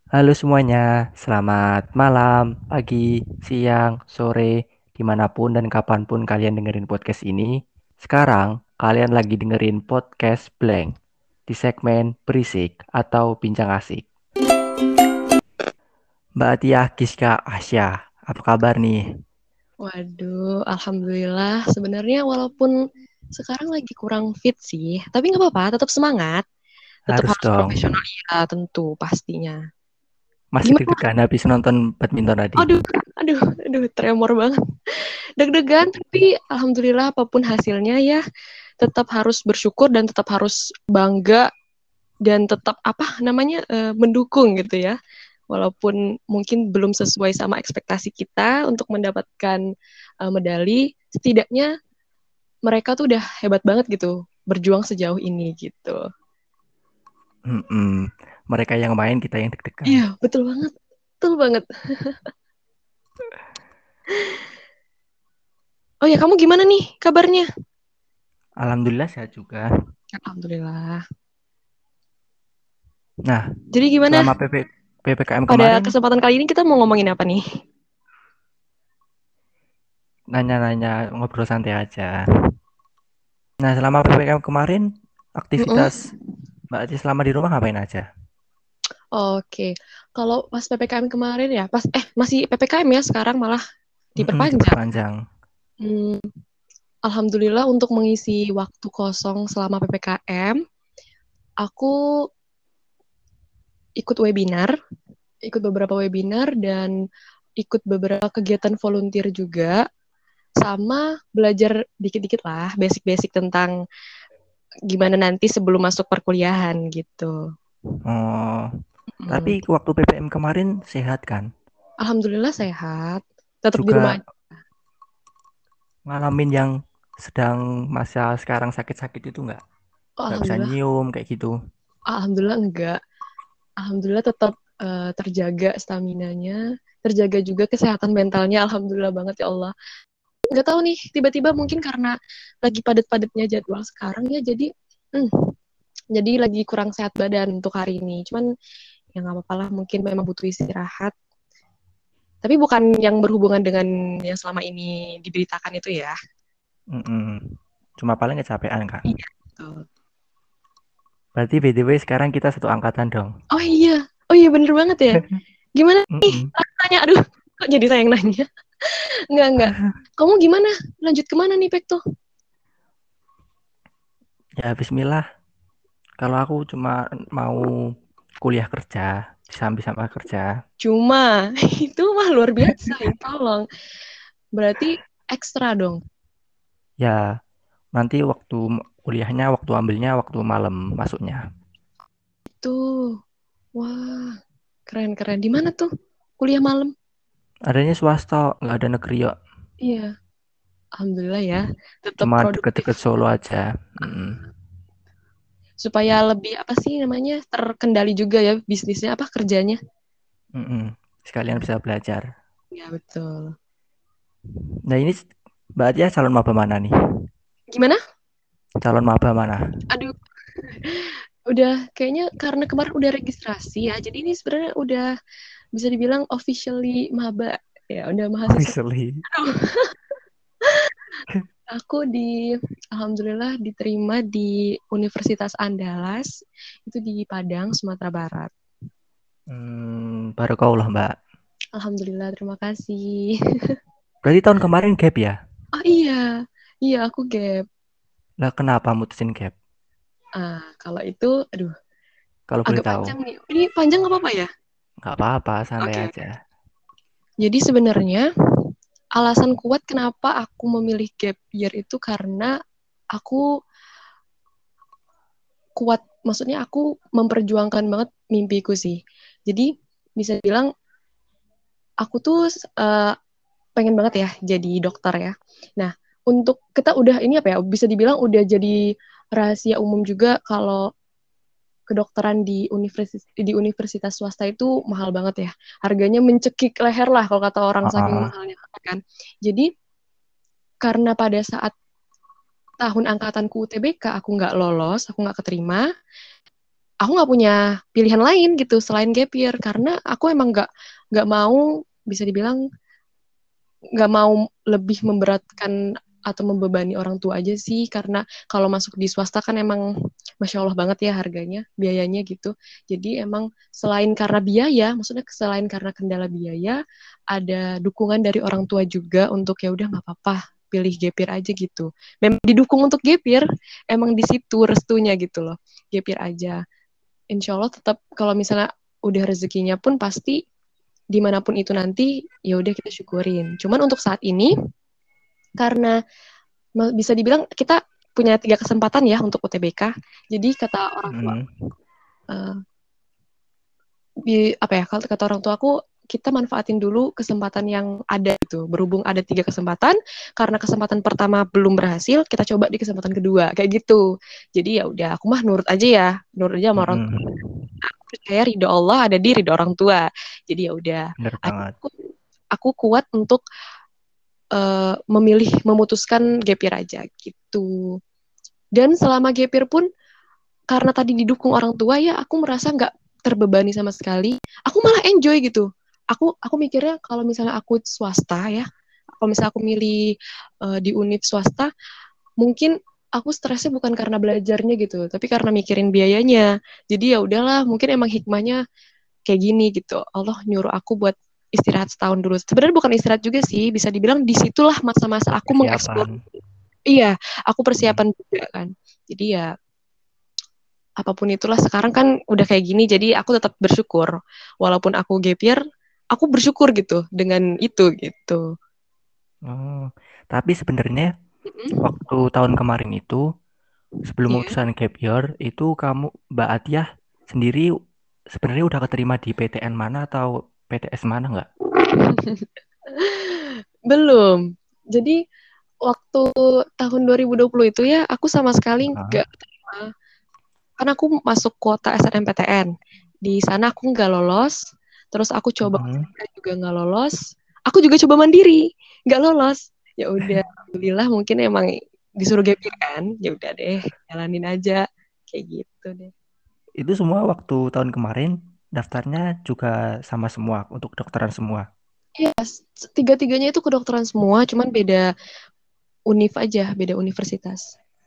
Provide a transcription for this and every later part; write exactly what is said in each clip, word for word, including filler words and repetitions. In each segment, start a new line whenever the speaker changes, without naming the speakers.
Halo semuanya, selamat malam, pagi, siang, sore, dimanapun dan kapanpun kalian dengerin podcast ini. Sekarang, kalian lagi dengerin podcast Blank di segmen Berisik atau Bincang Asik. Mbak Tia, Giska, Asya, apa kabar nih?
Waduh, alhamdulillah. Sebenarnya walaupun sekarang lagi kurang fit sih, tapi nggak apa-apa, tetap semangat, tetap
Harus
harus
dong.
profesional ya, tentu pastinya.
Masih
Gimana?
deg-degan habis nonton badminton tadi.
Aduh, aduh, aduh, tremor banget. Deg-degan, tapi alhamdulillah apapun hasilnya ya, tetap harus bersyukur dan tetap harus bangga dan tetap apa namanya eh, mendukung gitu ya. Walaupun mungkin belum sesuai sama ekspektasi kita untuk mendapatkan eh, medali, setidaknya mereka tuh udah hebat banget gitu berjuang sejauh ini gitu.
Mm-mm. Mereka yang main, kita yang deg-degan.
Iya, betul banget. Betul banget. Oh ya, kamu gimana nih kabarnya?
Alhamdulillah sehat juga.
Alhamdulillah.
Nah,
Jadi gimana?
selama P P, P P K M
Pada
kemarin,
kesempatan kali ini kita mau ngomongin apa nih?
nanya-nanya ngobrol santai aja. Nah, selama P P K M kemarin,
Mm-mm.
aktivitas Mbak Aci selama di rumah ngapain aja?
Oke, kalau pas P P K M kemarin ya, pas eh masih P P K M ya sekarang malah
Mm-mm,
diperpanjang.
diperpanjang.
Hmm, Alhamdulillah untuk mengisi waktu kosong selama P P K M, aku ikut webinar, ikut beberapa webinar dan ikut beberapa kegiatan volunteer juga sama belajar dikit-dikit lah basic-basic tentang gimana nanti sebelum masuk perkuliahan gitu.
Oh, tapi
Hmm.
waktu P P M kemarin sehat kan?
Alhamdulillah sehat, tetap di rumah
Juga
aja.
ngalamin yang sedang masa sekarang sakit-sakit itu nggak?
Oh,
Nggak bisa
alhamdulillah,
nyium kayak gitu.
alhamdulillah enggak. Alhamdulillah tetap eh, terjaga staminanya, terjaga juga kesehatan mentalnya. Alhamdulillah banget ya Allah. Nggak tahu nih, tiba-tiba mungkin karena lagi padat-padatnya jadwal sekarang ya, jadi hmm, jadi lagi kurang sehat badan untuk hari ini. Cuman ya nggak apa-apa lah, mungkin memang butuh istirahat. Tapi bukan yang berhubungan dengan yang selama ini diberitakan itu ya.
Mm-mm. Cuma paling kecapean kan?
Iya, betul.
Berarti B T W sekarang kita satu angkatan dong.
Oh iya, oh iya bener banget ya. Gimana nih?
Mm-mm.
Aku tanya, aduh, kok jadi saya yang nanya? Enggak, enggak. Kamu gimana? Lanjut kemana nih, Pek tuh?
Ya Bismillah. Kalau aku cuma mau kuliah kerja, disambi sama kerja.
Cuma, itu mah luar biasa ya, tolong. Berarti ekstra dong.
Ya, nanti waktu kuliahnya, waktu ambilnya, waktu malam masuknya.
Tuh, wah, keren-keren. Di mana tuh kuliah malam?
Adanya swasta, nggak ada negeri yuk.
Iya, alhamdulillah ya. Tetap
Cuma
produktif.
deket-deket Solo aja. Mm-mm.
Supaya lebih, apa sih namanya, terkendali juga ya bisnisnya, apa kerjanya.
Mm-mm. Sekalian bisa belajar.
Ya, betul.
Nah ini Mbak Atia calon maba mana nih?
Gimana?
Calon maba mana?
Aduh, udah kayaknya karena kemarin udah registrasi ya. Jadi ini sebenarnya udah bisa dibilang officially maba. Ya, udah mahasiswa.
Officially.
Aku di, alhamdulillah diterima di Universitas Andalas, itu di Padang, Sumatera Barat.
Hmm, baru kau lah Mbak.
Alhamdulillah, terima kasih.
Berarti tahun kemarin gap ya?
Oh iya, iya aku gap.
Lah kenapa mutusin gap?
Ah, kalau itu, aduh,
Kalau boleh
agak
tahu.
panjang nih. Ini panjang nggak apa-apa ya?
Nggak apa-apa, santai
Oke,
aja.
oke. Jadi sebenarnya alasan kuat kenapa aku memilih gap year itu karena aku kuat, maksudnya aku memperjuangkan banget mimpiku sih. Jadi bisa bilang aku tuh uh, pengen banget ya jadi dokter ya. Nah, untuk kita udah ini apa ya, bisa dibilang udah jadi rahasia umum juga kalau kedokteran di universitas di universitas swasta itu mahal banget ya. Harganya mencekik leher lah kalau kata orang saking
Heeh.
mahalnya kan. Jadi karena pada saat tahun angkatanku U T B K aku nggak lolos, aku nggak keterima, aku nggak punya pilihan lain gitu selain gap year karena aku emang nggak nggak mau bisa dibilang nggak mau lebih memberatkan atau membebani orang tua aja sih karena kalau masuk di swasta kan emang masya Allah banget ya harganya biayanya gitu jadi emang selain karena biaya maksudnya selain karena kendala biaya ada dukungan dari orang tua juga untuk ya udah nggak apa-apa pilih gap year aja gitu memang didukung untuk gap year emang di situ restunya gitu loh gap year aja insya Allah tetap kalau misalnya udah rezekinya pun pasti dimanapun itu nanti ya udah kita syukurin. Cuman untuk saat ini karena bisa dibilang kita punya tiga kesempatan ya untuk U T B K. Jadi kata orang tua,
Hmm.
uh, di, apa ya? Kalau kata orang tua aku kita manfaatin dulu kesempatan yang ada itu. Berhubung ada tiga kesempatan, karena kesempatan pertama belum berhasil, kita coba di kesempatan kedua kayak gitu. Jadi ya udah, aku mah nurut aja ya, nurut aja sama orang tua.
Hmm.
Aku percaya ridho Allah ada di ridho orang tua. Jadi ya udah,
Bener banget.
aku, aku kuat untuk uh, memilih memutuskan gap year aja gitu. Dan selama gap year pun karena tadi didukung orang tua ya aku merasa nggak terbebani sama sekali. Aku malah enjoy gitu. Aku aku mikirnya kalau misalnya aku swasta ya, kalau misalnya aku milih uh, di univ swasta, mungkin aku stresnya bukan karena belajarnya gitu, tapi karena mikirin biayanya. Jadi ya udahlah, mungkin emang hikmahnya kayak gini gitu. Allah nyuruh aku buat istirahat setahun dulu. Sebenarnya bukan istirahat juga sih, bisa dibilang disitulah masa-masa aku mengeksplor.
Persiapan.
Iya, aku
Hmm.
persiapan juga kan. Jadi ya apapun itulah sekarang kan udah kayak gini, jadi aku tetap bersyukur. Walaupun aku gap year, aku bersyukur gitu dengan itu gitu.
Oh, tapi sebenarnya
Mm-mm.
waktu tahun kemarin itu sebelum
Iya.
utusan gap year itu kamu Mbak Atiyah sendiri sebenarnya udah keterima di P T N mana atau P T S mana nggak?
Belum. Jadi waktu tahun dua ribu dua puluh itu ya aku sama sekali
Ah.
nggak terima. Karena aku masuk kuota S N M P T N. Di sana aku nggak lolos. Terus aku coba
Mm-mm.
juga nggak lolos. Aku juga coba mandiri, nggak lolos. Ya udah, alhamdulillah mungkin emang disuruh gap year kan. Ya udah deh, jalanin aja kayak gitu deh.
Itu semua waktu tahun kemarin daftarnya juga sama semua untuk kedokteran semua.
Iya, tiga-tiganya itu kedokteran semua, cuman beda univ aja, beda universitas.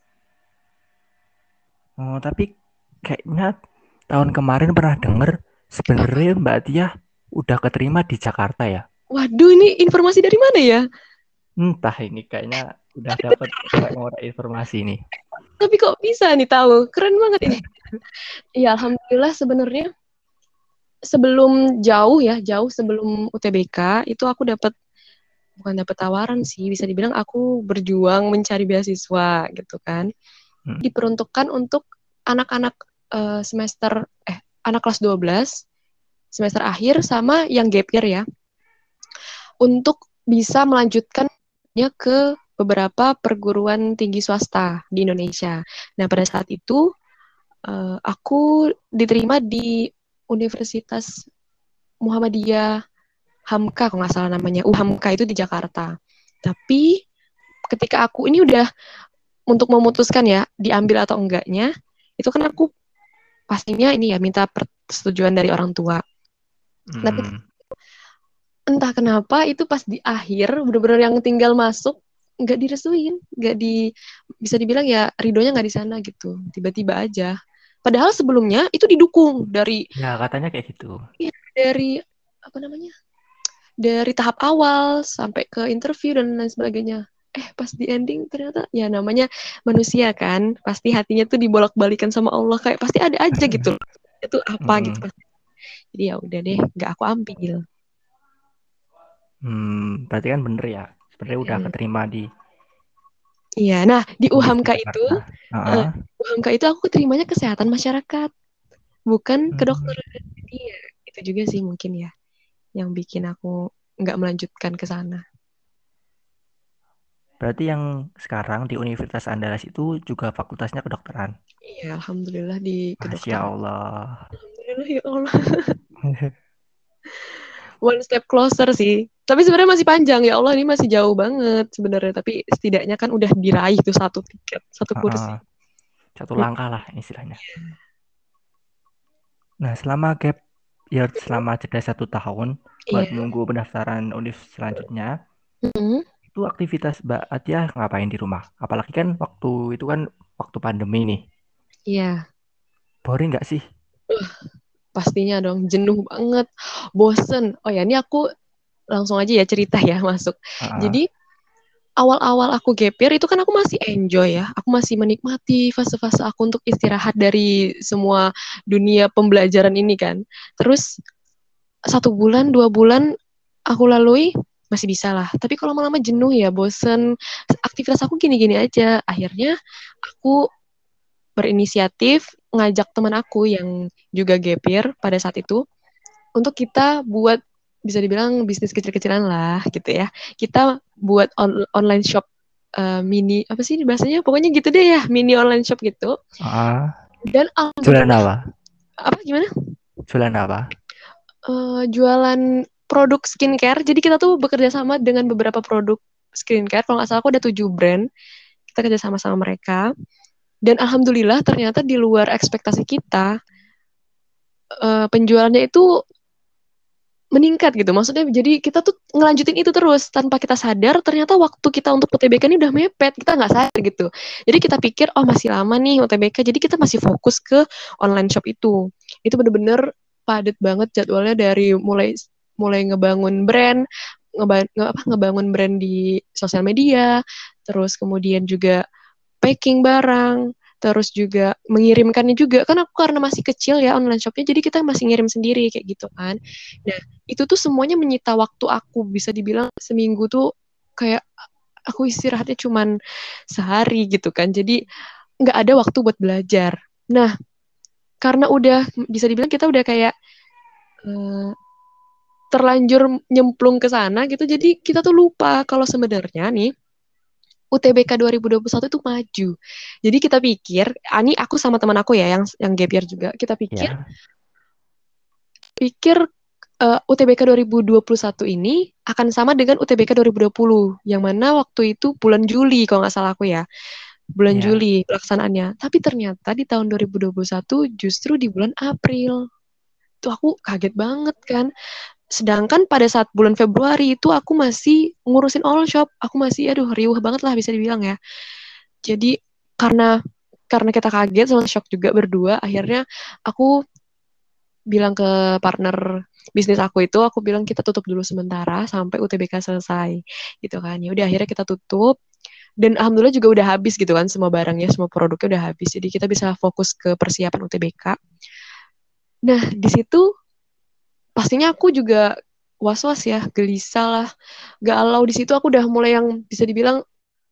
Oh, tapi kayaknya tahun kemarin pernah denger
Apa?
sebenarnya Mbak Tia udah keterima di Jakarta ya.
Waduh, ini informasi dari mana ya?
Entah ini kayaknya udah dapat ngorek-ngorek informasi ini.
Tapi kok bisa nih tahu? Keren banget ini. Iya, alhamdulillah sebenarnya sebelum jauh ya, jauh sebelum U T B K itu aku dapat bukan dapat tawaran sih, bisa dibilang aku berjuang mencari beasiswa gitu kan.
Hmm.
Diperuntukkan untuk anak-anak uh, semester eh anak kelas dua belas semester akhir sama yang gap year ya untuk bisa melanjutkannya ke beberapa perguruan tinggi swasta di Indonesia. Nah, pada saat itu uh, aku diterima di Universitas Muhammadiyah Hamka kalau nggak salah namanya, U Hamka itu di Jakarta. Tapi ketika aku ini udah untuk memutuskan ya diambil atau enggaknya, itu kan aku pastinya ini ya minta persetujuan dari orang tua. Tapi
Hmm.
entah kenapa itu pas di akhir bener-bener yang tinggal masuk nggak direstuin, nggak di bisa dibilang ya ridonya nggak di sana gitu, tiba-tiba aja. Padahal sebelumnya itu didukung dari
Ya katanya kayak gitu.
ya, dari apa namanya dari tahap awal sampai ke interview dan lain sebagainya. Eh pas di ending ternyata ya namanya manusia kan pasti hatinya tuh dibolak-balikan sama Allah kayak pasti ada aja gitu itu apa gitu
Hmm.
pasti. Jadi ya udah deh nggak aku ambil.
Hmm, berarti kan bener ya. Sebenarnya udah
Hmm.
keterima di
Iya, nah di
Univ di
U H A M K itu,
Jakarta.
uh,
Heeh.
U H A M K itu aku keterimanya kesehatan masyarakat, bukan
Hmm.
kedokteran. Iya, itu juga sih mungkin ya yang bikin aku nggak melanjutkan ke sana.
Berarti yang sekarang di Universitas Andalas itu juga fakultasnya kedokteran.
Iya, alhamdulillah di
Masya
kedokteran.
Allah.
Alhamdulillah ya Allah. One step closer sih. Tapi sebenarnya masih panjang ya Allah ini masih jauh banget sebenarnya. Tapi setidaknya kan udah diraih tuh satu tiket, satu
Heeh.
kursi.
Satu langkah lah istilahnya. Nah, selama gap ya selama jeda satu tahun buat
Iya.
menunggu pendaftaran univ selanjutnya,
Mm-mm.
itu aktivitas Mbak Atia ngapain di rumah? Apalagi kan waktu itu kan waktu pandemi nih.
Iya.
Boring nggak sih?
Pastinya dong, jenuh banget, bosen. Oh ya, ini aku langsung aja ya cerita ya masuk.
Ah,
Jadi awal-awal aku gap year itu kan aku masih enjoy ya. Aku masih menikmati fase-fase aku untuk istirahat dari semua dunia pembelajaran ini kan. Terus satu bulan, dua bulan aku lalui masih bisa lah. Tapi kalau lama-lama jenuh ya, bosen. Aktivitas aku gini-gini aja. Akhirnya aku berinisiatif ngajak teman aku yang juga gap year pada saat itu untuk kita buat bisa dibilang bisnis kecil-kecilan lah gitu ya. Kita buat on- online shop uh, mini apa sih bahasanya? Pokoknya gitu deh ya, mini online shop gitu.
ah,
Dan
jualan
alhamdulillah
apa?
apa gimana?
Jualan apa?
Uh, jualan produk skincare. Jadi kita tuh bekerja sama dengan beberapa produk skincare. Kalau nggak salah aku ada tujuh brand. Kita kerja sama sama mereka. Dan alhamdulillah ternyata di luar ekspektasi kita uh, penjualannya itu meningkat gitu. Maksudnya jadi kita tuh ngelanjutin itu terus tanpa kita sadar ternyata waktu kita untuk U T B K ini udah mepet. Kita nggak sadar gitu. Jadi kita pikir oh masih lama nih U T B K. Jadi kita masih fokus ke online shop itu. Itu bener-bener padat banget jadwalnya dari mulai mulai ngebangun brand, ngeba, nge, apa, ngebangun brand di sosial media, terus kemudian juga packing barang, terus juga mengirimkannya juga. Kan aku karena masih kecil ya online shopnya, jadi kita masih ngirim sendiri kayak gitu kan. Nah, itu tuh semuanya menyita waktu aku, bisa dibilang seminggu tuh kayak aku istirahatnya cuman sehari gitu kan. Jadi nggak ada waktu buat belajar. Nah, karena udah bisa dibilang kita udah kayak uh, terlanjur nyemplung ke sana gitu, jadi kita tuh lupa kalau sebenarnya nih U T B K dua ribu dua puluh satu itu maju. Jadi kita pikir, ani aku sama teman aku ya yang yang gap year juga, kita pikir
Ya,
pikir uh, U T B K dua ribu dua puluh satu ini akan sama dengan U T B K dua ribu dua puluh, yang mana waktu itu bulan Juli kalau nggak salah aku ya, bulan
ya.
Juli pelaksanaannya. Tapi ternyata di tahun dua ribu dua puluh satu justru di bulan April. Tuh aku kaget banget kan. Sedangkan pada saat bulan Februari itu aku masih ngurusin all shop, aku masih aduh riuh banget lah bisa dibilang ya. Jadi karena karena kita kaget sama shock juga berdua, akhirnya aku bilang ke partner bisnis aku itu, aku bilang kita tutup dulu sementara sampai U T B K selesai, gitu kan. Ya udah akhirnya kita tutup dan alhamdulillah juga udah habis gitu kan semua barangnya, semua produknya udah habis. Jadi kita bisa fokus ke persiapan U T B K. Nah, di situ pastinya aku juga was-was ya, gelisah lah, galau. Di situ aku udah mulai yang bisa dibilang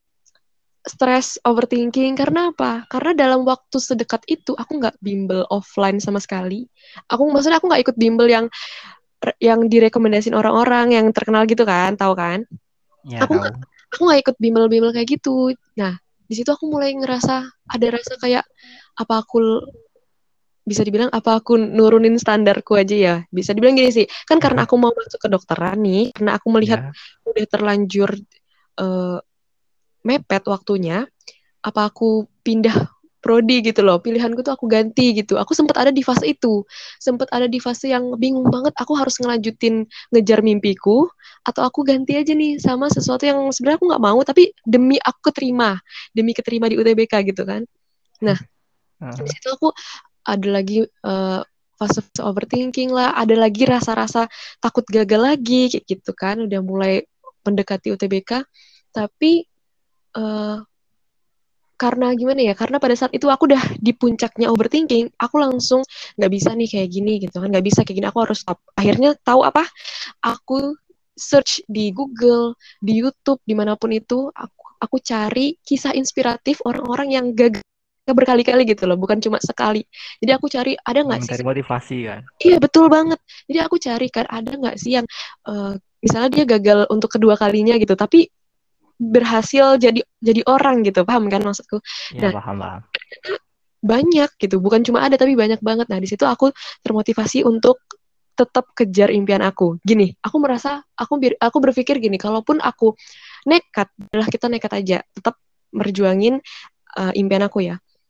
stres, overthinking. Karena apa? Karena dalam waktu sedekat itu aku nggak bimbel offline sama sekali. Aku maksudnya aku nggak ikut bimbel yang yang direkomendasiin orang-orang yang terkenal gitu kan, tahu kan?
Ya
Aku nggak
tahu.
aku nggak ikut bimbel-bimbel kayak gitu. Nah, di situ aku mulai ngerasa ada rasa kayak apa aku bisa dibilang apa aku nurunin standarku aja ya. Bisa dibilang gini sih, kan karena aku mau masuk ke dokteran nih, karena aku melihat
Ya,
udah terlanjur uh, mepet waktunya, apa aku pindah prodi gitu loh, pilihanku tuh aku ganti gitu. Aku sempat ada di fase itu, sempat ada di fase yang bingung banget, aku harus ngelanjutin ngejar mimpiku atau aku ganti aja nih sama sesuatu yang sebenarnya aku nggak mau tapi demi aku keterima, demi keterima di U T B K gitu kan. Nah, di
ah,
situ aku ada lagi uh, fase overthinking lah, ada lagi rasa-rasa takut gagal lagi kayak gitu kan, udah mulai mendekati U T B K, tapi uh, karena gimana ya, karena pada saat itu aku udah di puncaknya overthinking, aku langsung nggak bisa nih kayak gini gitu kan, nggak bisa kayak gini, aku harus stop. Akhirnya tahu apa, aku search di Google, di YouTube, dimanapun itu, aku aku cari kisah inspiratif orang-orang yang gagal berkali-kali gitu loh, bukan cuma sekali. Jadi aku cari ada nggak sih,
mencari motivasi kan.
iya betul banget. Jadi aku cari kan ada nggak sih yang uh, misalnya dia gagal untuk kedua kalinya gitu, tapi berhasil jadi jadi orang gitu, paham kan maksudku?
Ya
Nah,
paham paham.
banyak gitu, bukan cuma ada tapi banyak banget. Nah, di situ aku termotivasi untuk tetap kejar impian aku. Gini, aku merasa aku aku berpikir gini, kalaupun aku nekat, adalah kita nekat aja, tetap merjuangin uh, impian aku ya.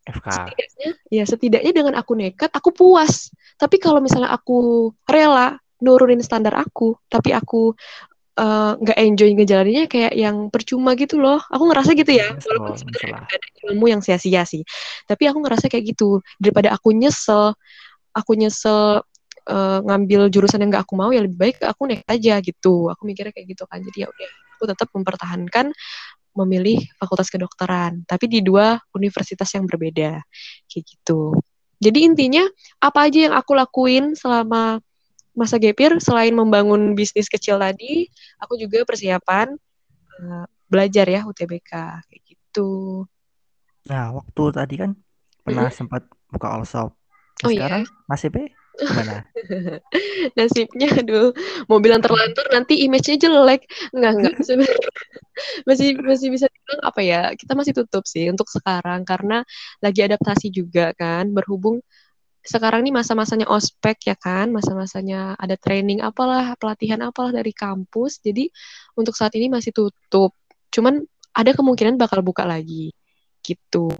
F K.
Setidaknya, ya setidaknya dengan aku nekat, aku puas. Tapi kalau misalnya aku rela nurunin standar aku, tapi aku eh, nggak uh, enjoy ngejalaninnya kayak yang percuma gitu loh. Aku ngerasa gitu ya, walaupun
Nyesel, nyesel
sebenarnya
lah.
ada ilmu yang sia-sia sih. Tapi aku ngerasa kayak gitu. Daripada aku nyesel, aku nyesel uh, ngambil jurusan yang nggak aku mau, ya lebih baik aku nekat aja gitu. Aku mikirnya kayak gitu kan. Jadi ya udah, aku tetap mempertahankan memilih fakultas kedokteran, tapi di dua universitas yang berbeda, kayak gitu. Jadi intinya apa aja yang aku lakuin selama masa gapir selain membangun bisnis kecil tadi, aku juga persiapan uh, belajar ya U T B K kayak gitu.
Nah, waktu tadi kan pernah
Mm-mm.
sempat buka all shop. Nah,
Oh
sekarang
ya,
nasibnya gimana?
nasibnya aduh, mau bilang terlantur nanti image-nya jelek. Enggak, enggak. Sebenarnya masih masih bisa dibilang apa ya? Kita masih tutup sih untuk sekarang karena lagi adaptasi juga kan, berhubung sekarang nih masa-masanya ospek ya kan, masa-masanya ada training apalah, pelatihan apalah dari kampus. Jadi untuk saat ini masih tutup. Cuman ada kemungkinan bakal buka lagi gitu.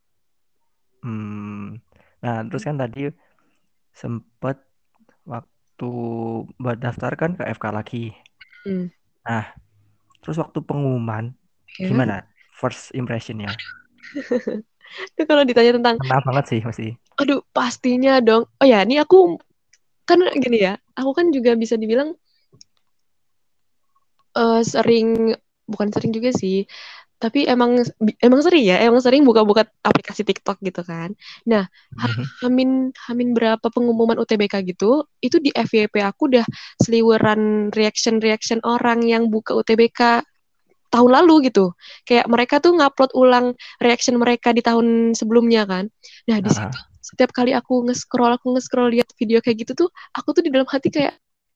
Hmm. Nah, terus kan tadi sempet waktu buat daftar kan ke F K lagi.
Hmm.
Nah, terus waktu pengumuman
Ya.
gimana? First impressionnya?
Itu kalau ditanya tentang,
Kena banget sih pasti.
aduh pastinya dong. Oh ya, ini aku kan gini ya. Aku kan juga bisa dibilang eh, sering, bukan sering juga sih, tapi emang emang sering ya, emang sering buka-buka aplikasi TikTok gitu kan. Nah,
Mhm.
Hamin Hamin berapa pengumuman U T B K gitu, itu di F Y P aku udah seliweran reaction-reaction orang yang buka U T B K tahun lalu gitu. Kayak mereka tuh ngupload ulang reaction mereka di tahun sebelumnya kan. Nah, di situ
Ah,
setiap kali aku nge-scroll, aku nge-scroll lihat video kayak gitu tuh, aku tuh di dalam hati kayak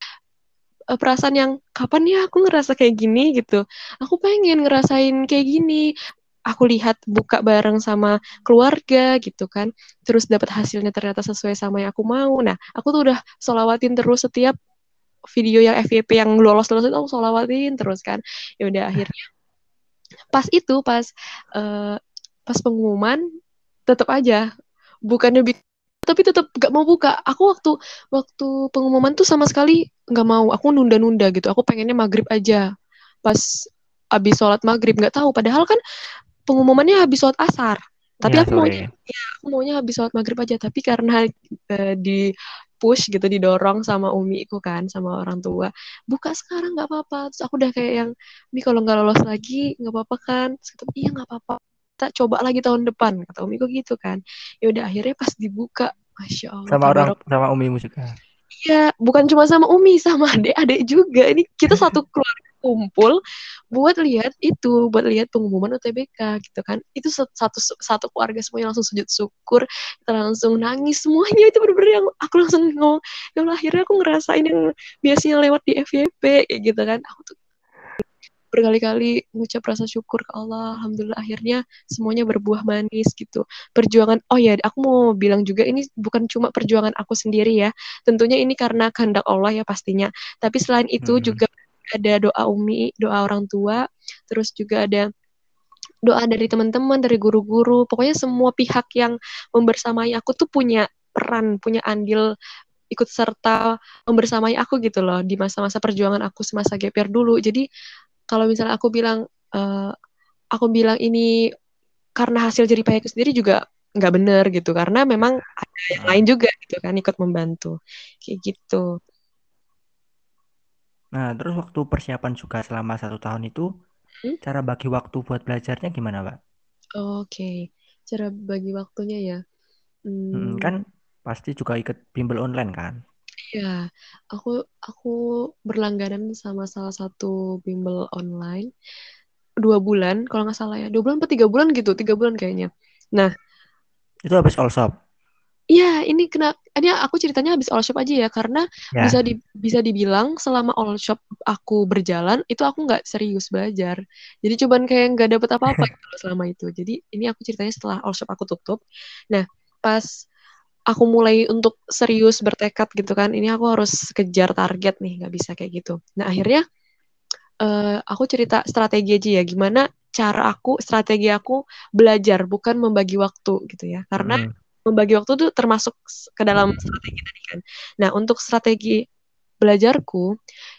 uh, perasaan yang kapan ya aku ngerasa kayak gini gitu. Aku pengen ngerasain kayak gini. Aku lihat buka bareng sama keluarga gitu kan. Terus dapat hasilnya ternyata sesuai sama yang aku mau. Nah, aku tuh udah solawatin terus setiap video yang F Y P yang lolos-lolos itu aku solawatin terus kan. Ya udah akhirnya pas itu pas uh, pas pengumuman tetap aja bukannya bi- tapi tetap gak mau buka. Aku waktu waktu pengumuman tuh sama sekali nggak mau. Aku nunda-nunda gitu. Aku pengennya maghrib aja. Pas abis sholat maghrib nggak tahu. Padahal kan pengumumannya habis sholat asar. Tapi
ya
aku maunya,
sore.
ya, aku maunya habis sholat maghrib aja. Tapi karena eh, di push gitu, didorong sama umiku kan, sama orang tua. Buka sekarang nggak apa-apa. Terus aku udah kayak yang, Mi kalau nggak lolos lagi nggak apa-apa kan? Terus kata, iya nggak apa-apa. Kita coba lagi tahun depan. Kata umiku gitu kan. Ya udah akhirnya pas dibuka, Masya Allah,
Sama orang
tabarok.
sama umimu juga.
Iya, bukan cuma sama Umi, sama adik-adik juga. Ini kita satu keluarga kumpul buat lihat itu, buat lihat pengumuman U T B K gitu kan. Itu satu satu keluarga semuanya langsung sujud syukur, kita langsung nangis semuanya itu bener-bener yang aku langsung ngomong, ya Allah akhirnya aku ngerasain yang biasanya lewat di F Y P kayak gitu kan. Aku tuh berkali-kali mengucap rasa syukur ke Allah. Alhamdulillah akhirnya semuanya berbuah manis gitu. Perjuangan, oh ya aku mau bilang juga ini bukan cuma perjuangan aku sendiri ya. Tentunya ini karena kehendak Allah ya pastinya. Tapi selain itu
Mhm.
juga ada doa umi, doa orang tua, terus juga ada doa dari teman-teman, dari guru-guru. Pokoknya semua pihak yang membersamai aku tuh punya peran, punya andil ikut serta membersamai aku gitu loh di masa-masa perjuangan aku semasa gap year dulu. Jadi kalau misalnya aku bilang uh, aku bilang ini karena hasil jerih payahku sendiri juga nggak bener gitu karena memang ada yang lain
Mhm.
juga gitu kan ikut membantu kayak gitu.
Nah, terus waktu persiapan juga selama satu tahun itu,
Hmm?
cara bagi waktu buat belajarnya gimana, Pak?
Oke, okay. Cara bagi waktunya ya.
Mhm,
Hmm,
kan pasti juga ikut bimbel online kan?
ya, aku aku berlangganan sama salah satu bimbel online dua bulan kalau nggak salah ya, dua bulan atau tiga bulan gitu, tiga bulan kayaknya. Nah,
Itu habis all shop.
iya, ini kena, ini aku ceritanya habis all shop aja ya, karena bisa
Ya.
di, bisa dibilang selama all shop aku berjalan, itu aku nggak serius belajar. Jadi cuman kayak nggak dapet apa-apa gitu loh selama itu. Jadi ini aku ceritanya setelah all shop aku tutup. Nah, pas aku mulai untuk serius bertekad gitu kan, ini aku harus kejar target nih, nggak bisa kayak gitu. Nah, akhirnya eh, aku cerita strategi aja ya, gimana cara aku, strategi aku belajar, bukan membagi waktu gitu ya. Karena
Mm-mm.
membagi waktu tuh termasuk ke dalam strategi tadi kan. Nah, untuk strategi belajarku,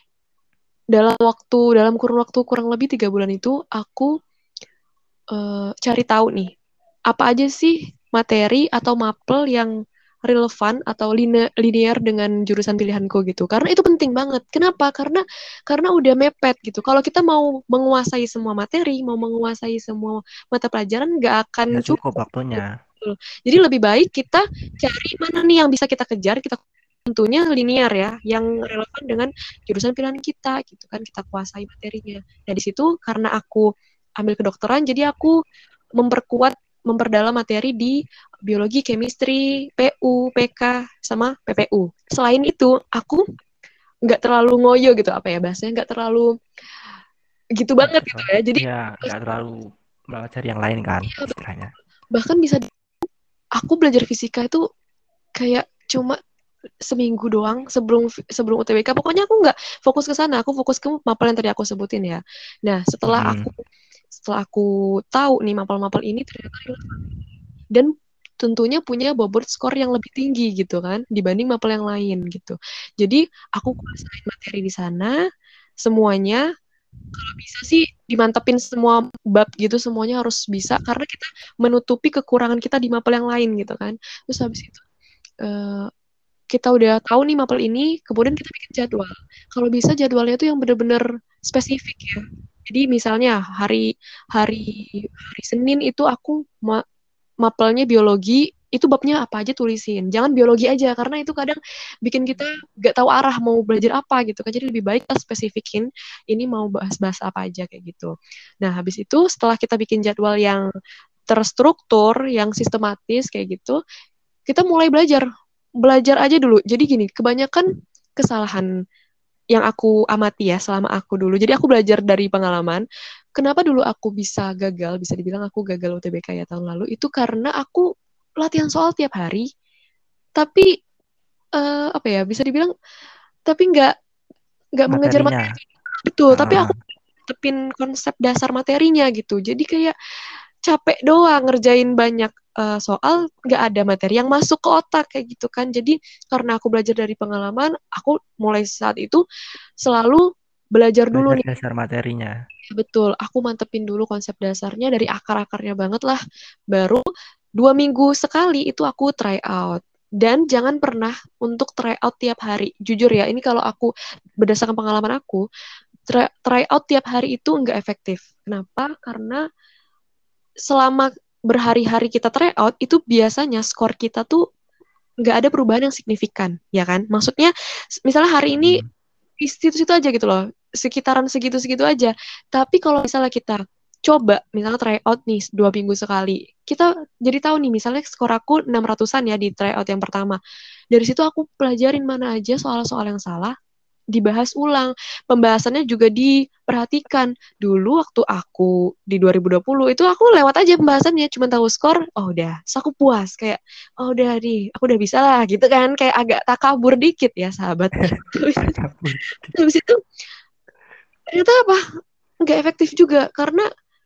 dalam waktu, dalam kurun waktu kurang lebih tiga bulan itu, aku uh, cari tahu nih, apa aja sih materi atau mapel yang relevan atau line, linear dengan jurusan pilihanku gitu. Karena itu penting banget. Kenapa? Karena karena udah mepet gitu. Kalau kita mau menguasai semua materi, mau menguasai semua mata pelajaran, nggak akan
Nggak cukup
cukup.
waktunya.
Jadi lebih baik kita cari mana nih yang bisa kita kejar, kita tentunya linear ya, yang relevan dengan jurusan pilihan kita gitu kan, kita kuasai materinya. Nah di situ karena aku ambil kedokteran, jadi aku memperkuat, memperdalam materi di biologi, chemistry, P U, P K, sama P P U. Selain itu, aku nggak terlalu ngoyo gitu, apa ya bahasanya, nggak terlalu gitu
Nggak
banget gitu
terlalu,
ya. Jadi
ya nggak terlalu belajar yang lain kan
ya,
istilahnya.
bahkan bisa aku belajar fisika itu kayak cuma seminggu doang sebelum sebelum U T B K. Pokoknya aku nggak fokus ke sana, aku fokus ke mapel yang tadi aku sebutin ya. Nah, setelah
Mm-mm.
aku setelah aku tahu nih mapel-mapel ini ternyata relevan dan tentunya punya bobot skor yang lebih tinggi gitu kan dibanding mapel yang lain gitu. Jadi aku kuasain materi di sana semuanya, kalau bisa sih dimantepin semua bab gitu, semuanya harus bisa karena kita menutupi kekurangan kita di mapel yang lain gitu kan. Terus habis itu uh, kita udah tahu nih mapel ini, kemudian kita bikin jadwal. Kalau bisa jadwalnya itu yang benar-benar spesifik ya. Jadi misalnya hari hari hari Senin itu aku ma mapelnya biologi, itu babnya apa aja tulisin. Jangan biologi aja karena itu kadang bikin kita gak tahu arah mau belajar apa gitu kan. Jadi lebih baik kita spesifikin ini mau bahas-bahas apa aja kayak gitu. Nah, habis itu setelah kita bikin jadwal yang terstruktur, yang sistematis kayak gitu, kita mulai belajar. Belajar aja dulu. Jadi gini, kebanyakan kesalahan yang aku amati ya selama aku dulu. Jadi aku belajar dari pengalaman. Kenapa dulu aku bisa gagal, bisa dibilang aku gagal U T B K ya tahun lalu, itu karena aku latihan soal tiap hari, tapi uh, apa ya, bisa dibilang, tapi nggak nggak mengejar
Materinya.
materi. Betul, tapi
Ah,
aku tepin konsep dasar materinya gitu. Jadi kayak capek doang ngerjain banyak uh, soal, nggak ada materi yang masuk ke otak kayak gitu kan. Jadi karena aku belajar dari pengalaman, aku mulai saat itu selalu belajar dulu
belajar
nih.
dasar materinya.
Betul, aku mantepin dulu konsep dasarnya dari akar-akarnya banget lah. Baru dua minggu sekali itu aku try out. Dan jangan pernah untuk try out tiap hari. Jujur ya, ini kalau aku berdasarkan pengalaman aku, try, try out tiap hari itu nggak efektif. Kenapa? Karena selama berhari-hari kita try out, itu biasanya skor kita tuh nggak ada perubahan yang signifikan, ya kan? Maksudnya, misalnya hari ini
Hmm.
di situ-situ aja gitu loh, sekitaran segitu-segitu aja. Tapi kalau misalnya kita coba, misalnya try out nih dua minggu sekali, kita jadi tahu nih, misalnya skor aku enam ratusan ya di try out yang pertama. Dari situ aku pelajarin mana aja soal-soal yang salah, dibahas ulang. Pembahasannya juga diperhatikan. Dulu waktu aku di dua ribu dua puluh itu aku lewat aja pembahasannya, cuma tahu skor, oh udah, terus aku puas kayak oh udah nih, aku udah bisa lah gitu kan, kayak agak takabur dikit ya sahabat.
Takabur.
Habis itu ternyata apa? Nggak efektif juga karena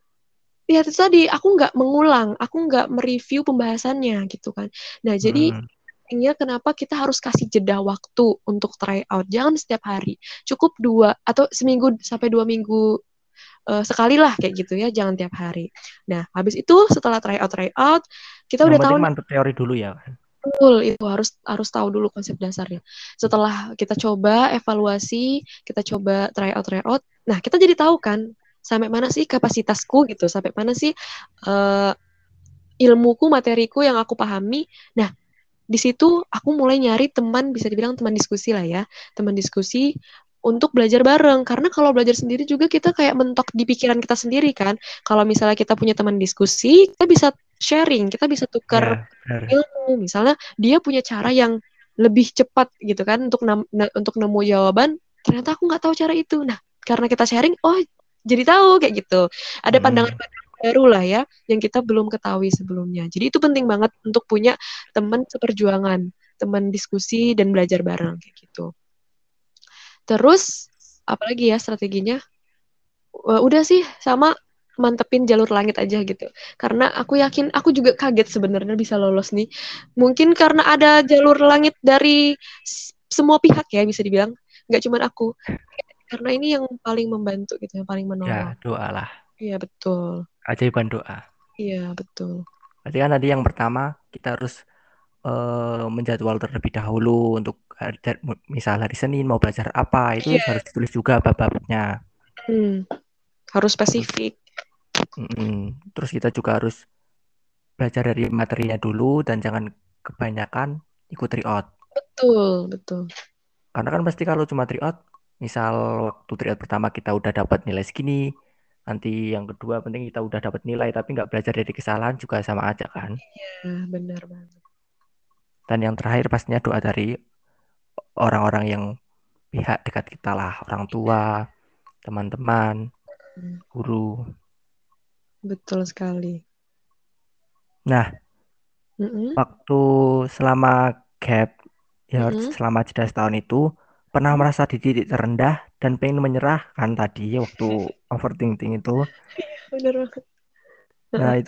ya itu tadi aku nggak mengulang, aku nggak mereview pembahasannya gitu kan. Nah jadi
Hmm.
intinya kenapa kita harus kasih jeda waktu untuk try out. Jangan setiap hari. Cukup dua atau seminggu sampai dua minggu uh, sekali lah kayak gitu ya. Jangan tiap hari. Nah, habis itu setelah try out try out, kita
Yang
udah tahu
penting
nih
mantep teori dulu ya kan.
betul itu harus harus tahu dulu konsep dasarnya. Setelah kita coba evaluasi, kita coba try out try out. Nah, kita jadi tahu kan sampai mana sih kapasitasku gitu, sampai mana sih uh, ilmuku, materiku yang aku pahami. Nah, di situ aku mulai nyari teman, bisa dibilang teman diskusi lah ya, teman diskusi untuk belajar bareng. Karena kalau belajar sendiri juga kita kayak mentok di pikiran kita sendiri kan. Kalau misalnya kita punya teman diskusi, kita bisa sharing, kita bisa tukar
Ya, benar.
ilmu. Misalnya dia punya cara yang lebih cepat gitu kan untuk nam- na- untuk nemu jawaban. Ternyata aku nggak tahu cara itu. Nah, karena kita sharing, oh jadi tahu kayak gitu. Ada
Hmm.
pandangan-pandangan baru lah ya yang kita belum ketahui sebelumnya. Jadi itu penting banget untuk punya teman seperjuangan, teman diskusi dan belajar bareng kayak gitu. Terus apalagi ya strateginya? Uh, udah sih sama mantepin jalur langit aja gitu. Karena aku yakin, aku juga kaget sebenarnya bisa lolos nih. Mungkin karena ada jalur langit dari semua pihak ya bisa dibilang. Nggak cuma aku. Karena ini yang paling membantu gitu, yang paling menolong.
Ya, doalah.
Iya betul.
Keajaiban doa.
Iya betul.
Berarti kan tadi yang pertama kita harus eh, menjadwal terlebih dahulu untuk hari, misal hari Senin mau belajar apa itu
Iya.
harus ditulis juga bab-babnya.
Hmm, harus
Terus,
spesifik.
mm-mm. Terus kita juga harus belajar dari materinya dulu dan jangan kebanyakan ikut tryout.
Betul, betul.
Karena kan pasti kalau cuma tryout, misal waktu tryout pertama kita udah dapat nilai segini, nanti yang kedua penting kita udah dapat nilai tapi nggak belajar dari kesalahan juga sama aja kan.
Nah, benar banget.
Dan yang terakhir pastinya doa dari orang-orang yang pihak dekat kita lah, orang tua, teman-teman,
Hmm,
guru.
betul sekali.
Nah,
Mm-mm,
waktu selama gap, ya
mm-mm.
selama jeda setahun itu, pernah merasa di titik terendah dan pengen menyerah kan tadi waktu overthinking itu.
Benar banget.
Nah,
Heeh.
itu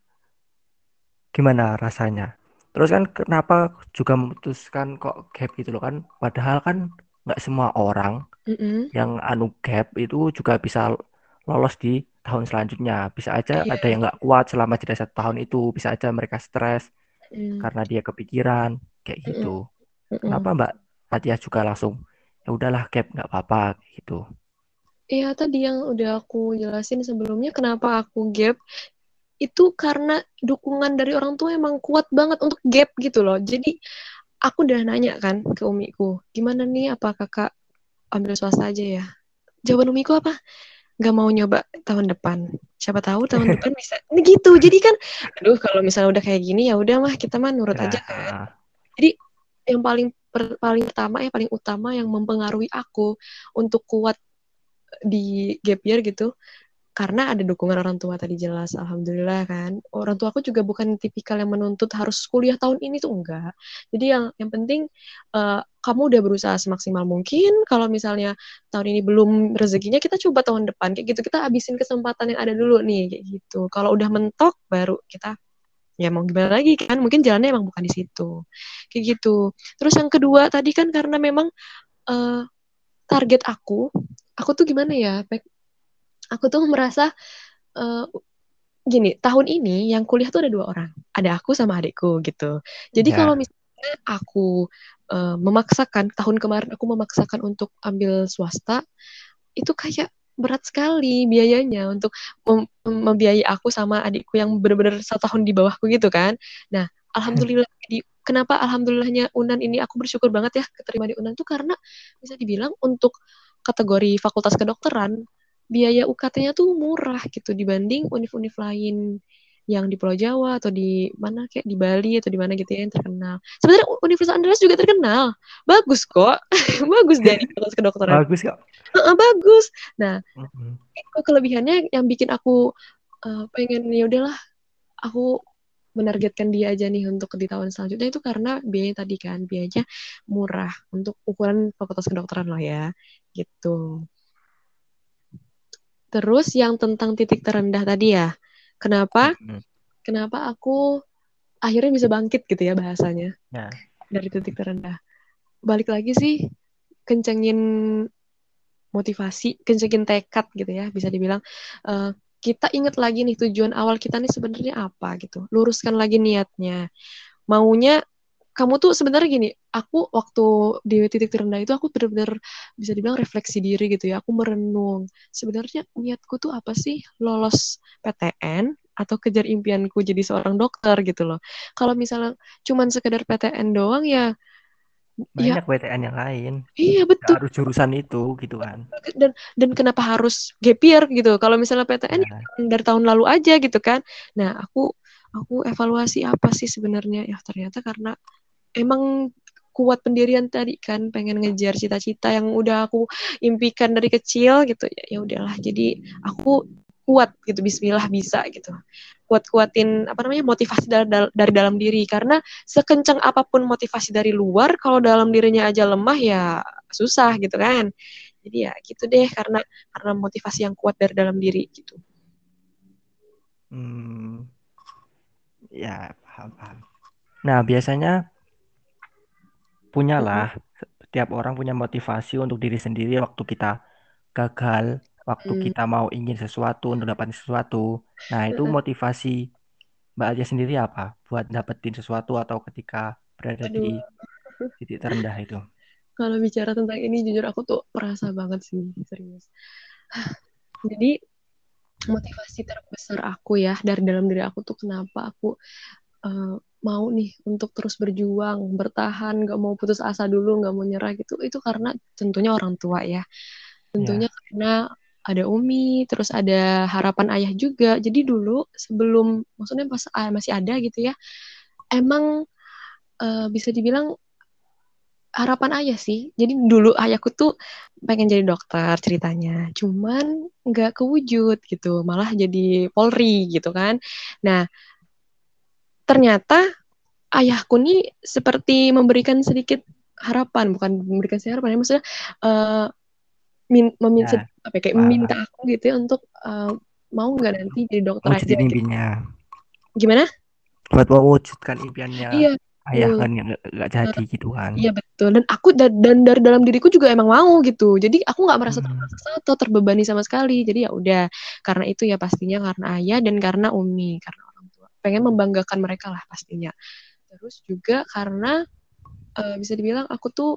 gimana rasanya? Terus kan kenapa juga memutuskan kok gap gitu loh kan? Padahal kan nggak semua orang
Mm-mm.
yang anu gap itu juga bisa lolos di tahun selanjutnya. Bisa aja ada
Iya.
yang nggak kuat selama jeda satu tahun itu. Bisa aja mereka stres
Mm,
karena dia kepikiran kayak gitu.
mm-mm,
Kenapa
mm-mm.
Mbak Fatia juga langsung ya udahlah gap nggak apa-apa gitu.
Iya, tadi yang udah aku jelasin sebelumnya kenapa aku gap itu karena dukungan dari orang tua emang kuat banget untuk gap gitu loh. Jadi aku udah nanya kan ke umiku, gimana nih apa kakak ambil swasta aja ya? Jawaban umiku apa? Gak mau nyoba tahun depan. Siapa tahu tahun depan bisa. Ini gitu. Jadi kan, aduh kalau misalnya udah kayak gini ya udah mah kita mah nurut aja
Ya,
kan.
ah,
Jadi yang paling per- paling pertama ya paling utama yang mempengaruhi aku untuk kuat di gap year gitu karena ada dukungan orang tua tadi jelas alhamdulillah kan orang tua aku juga bukan tipikal yang menuntut harus kuliah tahun ini tuh enggak jadi yang yang penting uh, kamu udah berusaha semaksimal mungkin kalau misalnya tahun ini belum rezekinya kita coba tahun depan kayak gitu kita habisin kesempatan yang ada dulu nih kayak gitu kalau udah mentok baru kita ya mau gimana lagi kan mungkin jalannya emang bukan di situ kayak gitu terus yang kedua tadi kan karena memang uh, target aku aku tuh gimana ya aku tuh merasa uh, gini, tahun ini yang kuliah tuh ada dua orang. Ada aku sama adikku gitu. Jadi kalau
ya.
misalnya aku uh, memaksakan, tahun kemarin aku memaksakan untuk ambil swasta, itu kayak berat sekali biayanya untuk mem- membiayai aku sama adikku yang benar-benar satu tahun di bawahku gitu kan. Nah, alhamdulillah di kenapa alhamdulillahnya Unan ini aku bersyukur banget ya keterima di Unan tuh karena bisa dibilang untuk kategori fakultas kedokteran biaya U K T-nya tuh murah gitu dibanding univ-univ lain yang di Pulau Jawa atau di mana kayak di Bali atau di mana gitu ya yang terkenal. Sebenarnya Universitas Andalas juga terkenal. Bagus kok. Bagus dari fakultas kedokteran.
Bagus kok.
Heeh, bagus. Nah,
Mm-mm.
itu kelebihannya yang bikin aku uh, pengen ya udahlah aku menargetkan dia aja nih untuk di tahun selanjutnya itu karena biaya tadi kan biayanya murah untuk ukuran fakultas kedokteran loh ya gitu. Terus yang tentang titik terendah tadi ya, kenapa?
Mm-mm.
Kenapa aku akhirnya bisa bangkit gitu ya bahasanya
Ya.
dari titik terendah. Balik lagi sih kencengin motivasi, kencengin tekad gitu ya, bisa dibilang uh, kita ingat lagi nih tujuan awal kita nih sebenarnya apa gitu. Luruskan lagi niatnya. Maunya kamu tuh sebenarnya gini, aku waktu di titik terendah itu aku benar-benar bisa dibilang refleksi diri gitu ya. Aku merenung. Sebenarnya niatku tuh apa sih? Lolos P T N atau kejar impianku jadi seorang dokter gitu loh. Kalau misalnya cuman sekedar P T N doang ya, ya
Banyak W T N yang lain.
iya
Nggak
betul.
harus jurusan itu gitu kan.
Dan dan kenapa harus gap year gitu? Kalau misalnya P T N ya
Ya.
dari tahun lalu aja gitu kan. Nah, aku aku evaluasi apa sih sebenarnya? Ya ternyata karena emang kuat pendirian tadi kan pengen ngejar cita-cita yang udah aku impikan dari kecil gitu ya ya udahlah jadi aku kuat gitu Bismillah bisa gitu kuat-kuatin apa namanya motivasi dari, dari dalam diri karena sekencang apapun motivasi dari luar kalau dalam dirinya aja lemah ya susah gitu kan jadi ya gitu deh karena karena motivasi yang kuat dari dalam diri gitu
Hmm, ya paham paham. Nah, biasanya
Mm-mm.
punyalah setiap orang punya motivasi untuk diri sendiri waktu kita gagal, waktu
Hmm.
kita mau ingin sesuatu untuk dapatin sesuatu. Nah, itu motivasi Mbak Aja sendiri apa buat dapetin sesuatu atau ketika berada di
Aduh,
titik terendah itu?
kalau bicara tentang ini jujur aku tuh merasa banget sih, serius. Jadi motivasi terbesar aku ya dari dalam diri aku tuh kenapa aku eh, mau nih untuk terus berjuang, bertahan, gak mau putus asa dulu, gak mau nyerah gitu. Itu karena tentunya orang tua ya. Tentunya
Ya,
karena ada Umi, terus ada harapan ayah juga. Jadi dulu sebelum, maksudnya pas ah, masih ada gitu ya, emang eh, bisa dibilang harapan ayah sih. Jadi dulu ayahku tuh pengen jadi dokter ceritanya. Cuman nggak kewujud gitu. Malah jadi Polri gitu kan. Nah, ternyata ayahku nih seperti memberikan sedikit harapan. Bukan memberikan sedikit harapan. Ya, maksudnya uh, min- meminta,
ya,
apa ya, kayak
paham,
meminta
paham.
aku gitu ya untuk uh, mau nggak nanti jadi dokter aja
Wujudin
gitu.
mimpinya.
Gimana?
Buat mewujudkan impiannya
Iya,
ayah
betul.
kan nggak nggak jadi gitu kan.
Iya betul. Dan aku dan, dan dari dalam diriku juga emang mau gitu. Jadi aku nggak merasa
Hmm.
terpaksa atau terbebani sama sekali. Jadi ya udah. Karena itu ya pastinya karena ayah dan karena umi, karena orang tua. Pengen membanggakan mereka lah pastinya. Terus juga karena eh, bisa dibilang aku tuh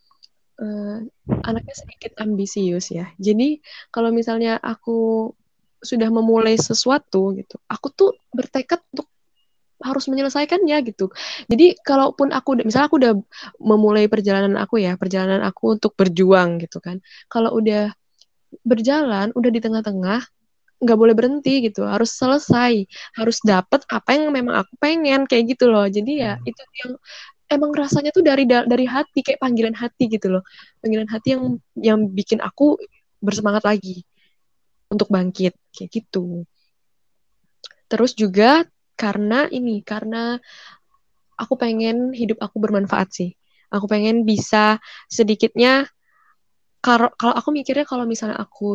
eh, anaknya sedikit ambisius ya. Jadi kalau misalnya aku sudah memulai sesuatu gitu, aku tuh bertekad untuk harus menyelesaikannya gitu. Jadi kalaupun aku udah, misalnya aku udah memulai perjalanan aku ya, perjalanan aku untuk berjuang gitu kan. Kalau udah berjalan, udah di tengah-tengah, nggak boleh berhenti gitu, harus selesai, harus dapet apa yang memang aku pengen kayak gitu loh. Jadi ya
Hmm.
itu yang emang rasanya tuh dari dari hati kayak panggilan hati gitu loh, panggilan hati yang yang bikin aku bersemangat lagi untuk bangkit kayak gitu. Terus juga karena ini, karena aku pengen hidup aku bermanfaat sih. Aku pengen bisa sedikitnya kalau kalau aku mikirnya kalau misalnya aku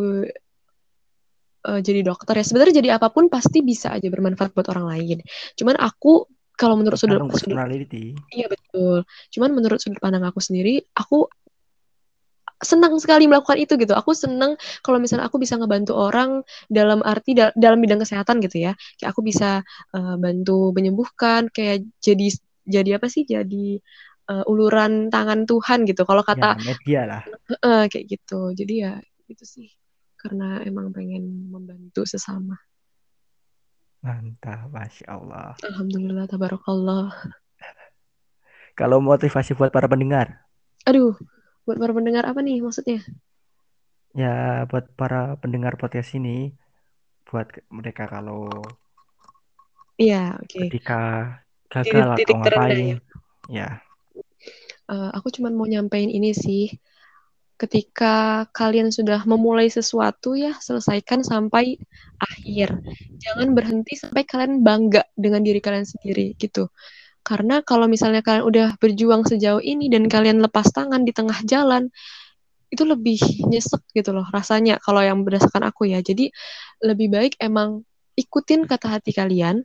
uh, jadi dokter ya sebenarnya jadi apapun pasti bisa aja bermanfaat buat orang lain. Cuman aku kalau menurut sudut
Tergantung
sudut
personality.
iya betul. Cuman menurut sudut pandang aku sendiri, aku senang sekali melakukan itu gitu. Aku senang kalau misalnya aku bisa ngebantu orang dalam arti da- dalam bidang kesehatan gitu ya. Kayak aku bisa uh, bantu menyembuhkan, kayak jadi jadi apa sih? Jadi uh, uluran tangan Tuhan gitu. Kalau kata
Ya, media lah.
uh, kayak gitu. Jadi ya itu sih. Karena emang pengen membantu sesama.
Mantap, Masya Allah.
Alhamdulillah, tabarakallah.
Kalau motivasi buat para pendengar,
Aduh, buat para pendengar apa nih maksudnya?
ya buat para pendengar podcast ini, buat mereka kalau
Iya, oke. Okay.
ketika
Di
gagal atau
titik terendah
ngapain,
ya.
ya,
Uh, aku cuma mau nyampein ini sih. Ketika kalian sudah memulai sesuatu ya, selesaikan sampai akhir. Jangan berhenti sampai kalian bangga dengan diri kalian sendiri gitu. Karena kalau misalnya kalian udah berjuang sejauh ini dan kalian lepas tangan di tengah jalan, itu lebih nyesek gitu loh rasanya kalau yang berdasarkan aku ya. Jadi lebih baik emang ikutin kata hati kalian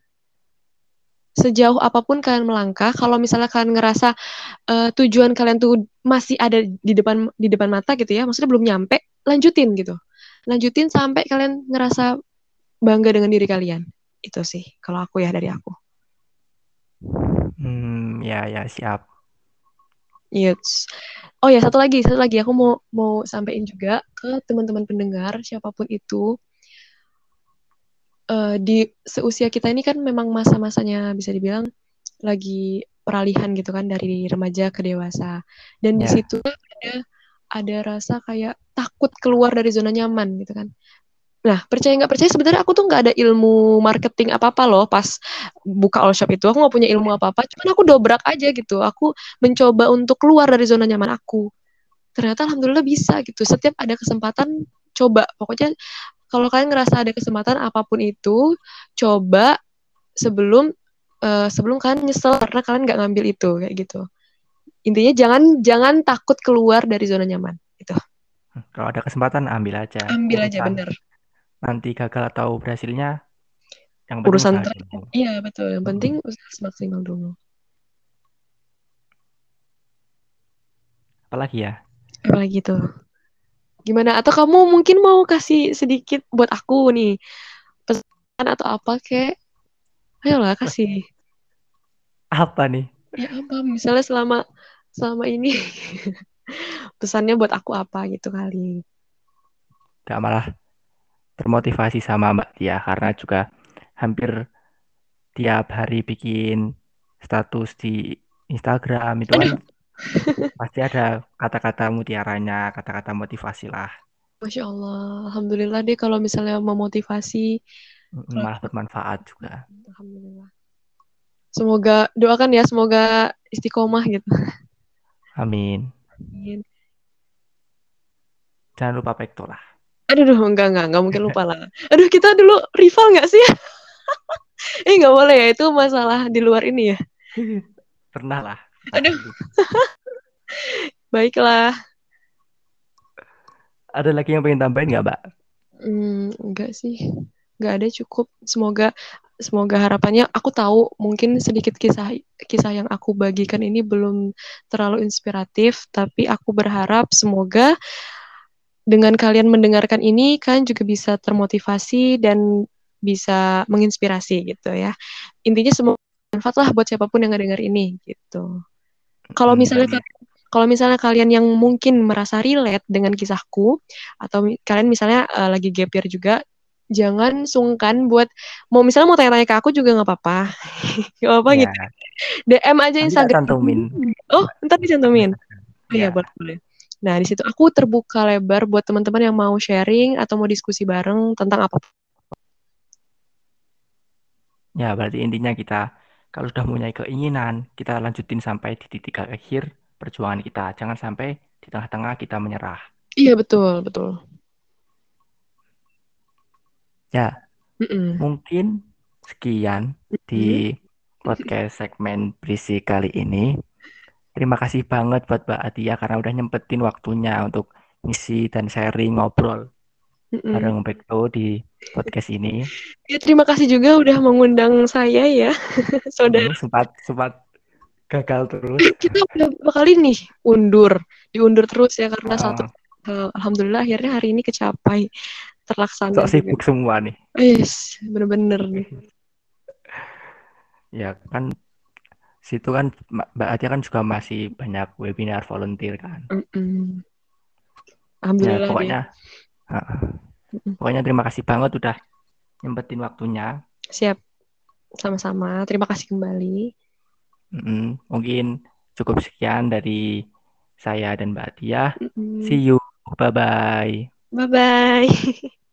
sejauh apapun kalian melangkah. Kalau misalnya kalian ngerasa uh, tujuan kalian tuh masih ada di depan di depan mata gitu ya, maksudnya belum nyampe, lanjutin gitu. Lanjutin sampai kalian ngerasa bangga dengan diri kalian. Itu sih kalau aku ya dari aku.
hmm, ya, ya siap.
Yes. Oh ya, satu lagi, satu lagi aku mau mau sampaikan juga ke teman-teman pendengar siapapun itu uh, di seusia kita ini kan memang masa-masanya bisa dibilang lagi peralihan gitu kan dari remaja ke dewasa. Dan di
Ya,
situ ada ada rasa kayak takut keluar dari zona nyaman gitu kan. Nah, percaya nggak percaya sebenarnya aku tuh nggak ada ilmu marketing apa-apa loh pas buka all shop itu. Aku nggak punya ilmu apa-apa, cuman aku dobrak aja gitu. Aku mencoba untuk keluar dari zona nyaman aku. Ternyata alhamdulillah bisa gitu. Setiap ada kesempatan, coba. Pokoknya kalau kalian ngerasa ada kesempatan apapun itu, coba sebelum uh, sebelum kalian nyesel karena kalian nggak ngambil itu kayak gitu. Intinya jangan jangan takut keluar dari zona nyaman. Itu.
kalau ada kesempatan ambil aja.
Ambil aja
Urusan
bener.
nanti gagal atau berhasilnya Yang penting
Urusan
usaha
ter
dulu.
iya betul, yang
Mm-mm.
penting usaha semaksimal dulu.
Apalagi ya?
Apalagi tuh. Gimana? Atau kamu mungkin mau kasih sedikit buat aku nih, pesan atau apa kek? Ayolah kasih.
Apa nih?
Ya apa? Misalnya selama selama ini pesannya buat aku apa gitu kali.
Gak malah termotivasi sama Mbak Tia karena juga hampir tiap hari bikin status di Instagram itu kan
Aduh,
pasti ada kata-kata mutiaranya, kata-kata motivasi lah.
Masya Allah. Alhamdulillah deh kalau misalnya memotivasi.
Mm,
Kalau
malah bermanfaat juga.
Alhamdulillah. Semoga doakan ya, semoga istiqomah gitu.
Amin.
Amin.
Jangan lupa pekto lah.
Aduh, aduh, enggak, enggak, enggak mungkin lupa lah. Aduh, kita dulu rival nggak sih? Eh, nggak boleh ya, itu masalah di luar ini ya.
Pernah lah, pernah
Aduh,
dulu.
baiklah.
Ada lagi yang pengen tambahin nggak, Mbak?
Hmm, enggak sih, enggak ada cukup. Semoga, semoga harapannya aku tahu mungkin sedikit kisah kisah yang aku bagikan ini belum terlalu inspiratif, tapi aku berharap semoga dengan kalian mendengarkan ini kan juga bisa termotivasi dan bisa menginspirasi gitu ya. Intinya semoga bermanfaat lah buat siapapun yang ngedengar ini gitu. Kalau
Hmm,
misalnya kalau misalnya kalian yang mungkin merasa relate dengan kisahku atau mi- kalian misalnya eh, lagi gap year juga, jangan sungkan buat mau misalnya mau tanya-tanya ke aku juga nggak apa-apa. Nggak apa-apa
ya,
gitu. D M aja
nanti tak
Instagram.
cantumin.
Oh, ntar dicantumin. Oh iya,
Ya,
boleh, boleh. Nah, di situ aku terbuka lebar buat teman-teman yang mau sharing atau mau diskusi bareng tentang apa.
ya berarti intinya kita kalau sudah punya keinginan, kita lanjutin sampai di titik akhir perjuangan kita. Jangan sampai di tengah-tengah kita menyerah.
Iya, betul, betul.
Ya,
Mm-mm.
mungkin sekian di
Mm-mm.
podcast segmen berisi kali ini. Terima kasih banget buat Mbak Atia karena udah nyempetin waktunya untuk ngisi dan sharing ngobrol
Mm-mm.
bareng Bekto di podcast ini.
Ya, terima kasih juga udah mengundang saya ya,
Hmm,
saudara.
sempat sempat gagal terus.
Eh, kita udah berapa kali nih undur, diundur terus ya karena satu.
Heeh.
eh, Alhamdulillah akhirnya hari ini kecapai, terlaksana
Sok
juga.
sibuk semua nih.
Yes, bener-bener nih.
Ya kan situ kan Mbak Mbak Atia kan juga masih banyak webinar volunteer kan.
Mm-mm.
Ya
Alhamdulillah deh.
pokoknya heeh.
Mm-mm.
Pokoknya terima kasih banget udah nyempetin waktunya.
Siap, sama-sama. Terima kasih kembali.
Mm, mungkin cukup sekian dari saya dan Mbak Atia. See
Mm-mm.
you. Bye bye.
Bye-bye.